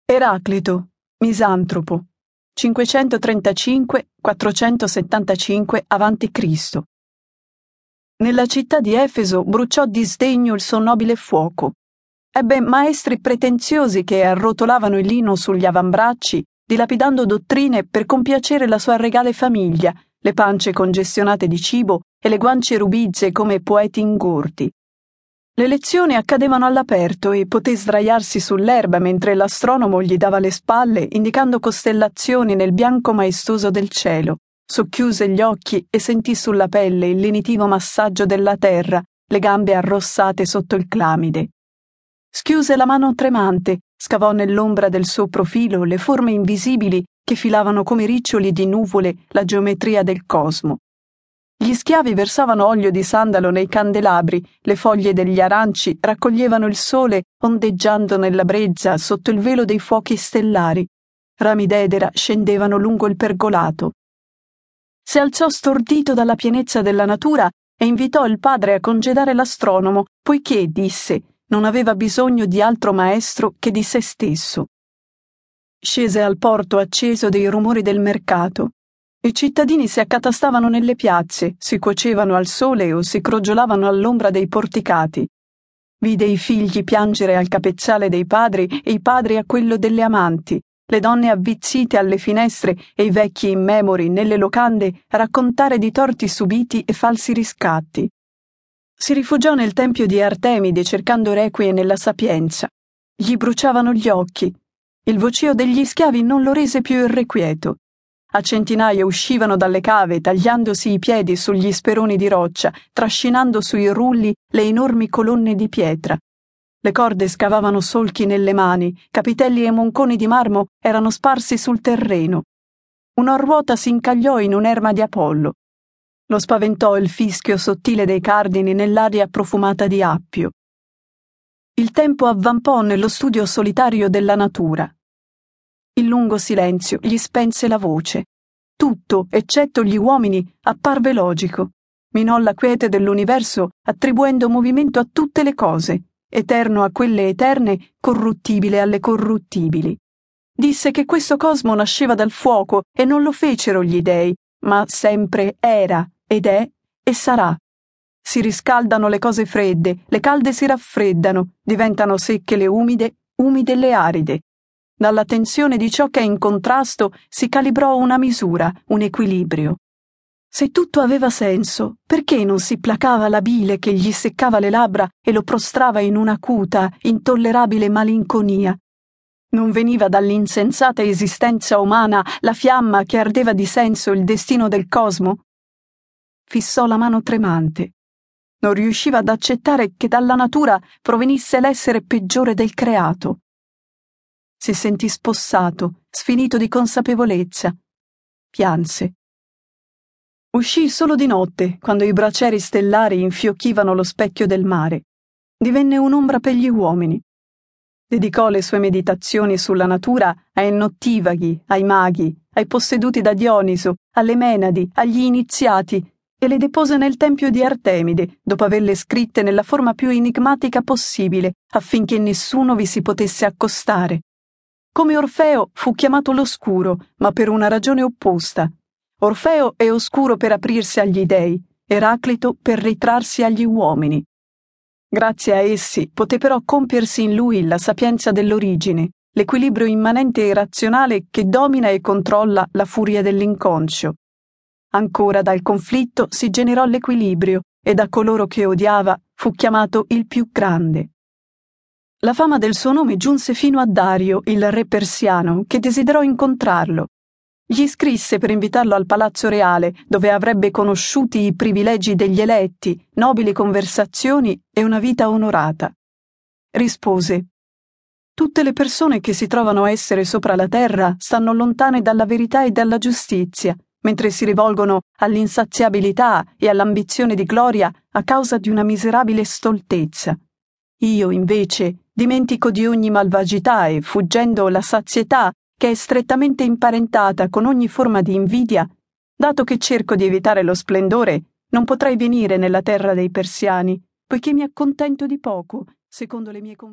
Eraclito, misantropo, 535-475 a.C. Nella città di Efeso bruciò di sdegno il suo nobile fuoco. Ebbe maestri pretenziosi che arrotolavano il lino sugli avambracci, dilapidando dottrine per compiacere la sua regale famiglia, le pance congestionate di cibo e le guance rubizze come poeti ingordi. Le lezioni accadevano all'aperto e poté sdraiarsi sull'erba mentre l'astronomo gli dava le spalle, indicando costellazioni nel bianco maestoso del cielo. Socchiuse gli occhi e sentì sulla pelle il lenitivo massaggio della terra, le gambe arrossate sotto il clamide. Schiuse la mano tremante, scavò nell'ombra del suo profilo le forme invisibili che filavano come riccioli di nuvole la geometria del cosmo. Gli schiavi versavano olio di sandalo nei candelabri, le foglie degli aranci raccoglievano il sole ondeggiando nella brezza sotto il velo dei fuochi stellari. Rami d'edera scendevano lungo il pergolato. Si alzò stordito dalla pienezza della natura e invitò il padre a congedare l'astronomo, poiché, disse, non aveva bisogno di altro maestro che di se stesso. Scese al porto acceso dei rumori del mercato. I cittadini si accatastavano nelle piazze, si cuocevano al sole o si crogiolavano all'ombra dei porticati. Vide i figli piangere al capezzale dei padri e i padri a quello delle amanti, le donne avvizzite alle finestre e i vecchi immemori nelle locande raccontare di torti subiti e falsi riscatti. Si rifugiò nel tempio di Artemide cercando requie nella sapienza. Gli bruciavano gli occhi. Il vocio degli schiavi non lo rese più irrequieto. A centinaia uscivano dalle cave tagliandosi i piedi sugli speroni di roccia, trascinando sui rulli le enormi colonne di pietra. Le corde scavavano solchi nelle mani, capitelli e monconi di marmo erano sparsi sul terreno. Una ruota si incagliò in un'erma di Apollo. Lo spaventò il fischio sottile dei cardini nell'aria profumata di appio. Il tempo avvampò nello studio solitario della natura. Il lungo silenzio gli spense la voce. Tutto, eccetto gli uomini, apparve logico. Minò la quiete dell'universo attribuendo movimento a tutte le cose, eterno a quelle eterne, corruttibile alle corruttibili. Disse che questo cosmo nasceva dal fuoco e non lo fecero gli dei, ma sempre era, ed è, e sarà. Si riscaldano le cose fredde, le calde si raffreddano, diventano secche le umide, umide le aride. Dalla tensione di ciò che è in contrasto si calibrò una misura, un equilibrio. Se tutto aveva senso, perché non si placava la bile che gli seccava le labbra e lo prostrava in un'acuta, intollerabile malinconia? Non veniva dall'insensata esistenza umana la fiamma che ardeva di senso il destino del cosmo? Fissò la mano tremante. Non riusciva ad accettare che dalla natura provenisse l'essere peggiore del creato. Si sentì spossato, sfinito di consapevolezza. Pianse. Uscì solo di notte, quando i bracieri stellari infiocchivano lo specchio del mare. Divenne un'ombra per gli uomini. Dedicò le sue meditazioni sulla natura ai nottivaghi, ai maghi, ai posseduti da Dioniso, alle Menadi, agli iniziati, e le depose nel tempio di Artemide, dopo averle scritte nella forma più enigmatica possibile, affinché nessuno vi si potesse accostare. Come Orfeo fu chiamato l'oscuro, ma per una ragione opposta. Orfeo è oscuro per aprirsi agli dei, Eraclito per ritrarsi agli uomini. Grazie a essi poté però compiersi in lui la sapienza dell'origine, l'equilibrio immanente e razionale che domina e controlla la furia dell'inconscio. Ancora dal conflitto si generò l'equilibrio e da coloro che odiava fu chiamato il più grande. La fama del suo nome giunse fino a Dario, il re persiano, che desiderò incontrarlo. Gli scrisse per invitarlo al palazzo reale, dove avrebbe conosciuti i privilegi degli eletti, nobili conversazioni e una vita onorata. Rispose: «Tutte le persone che si trovano a essere sopra la terra stanno lontane dalla verità e dalla giustizia, mentre si rivolgono all'insaziabilità e all'ambizione di gloria a causa di una miserabile stoltezza. Io, invece, dimentico di ogni malvagità e, fuggendo la sazietà, che è strettamente imparentata con ogni forma di invidia, dato che cerco di evitare lo splendore, non potrei venire nella terra dei persiani, poiché mi accontento di poco, secondo le mie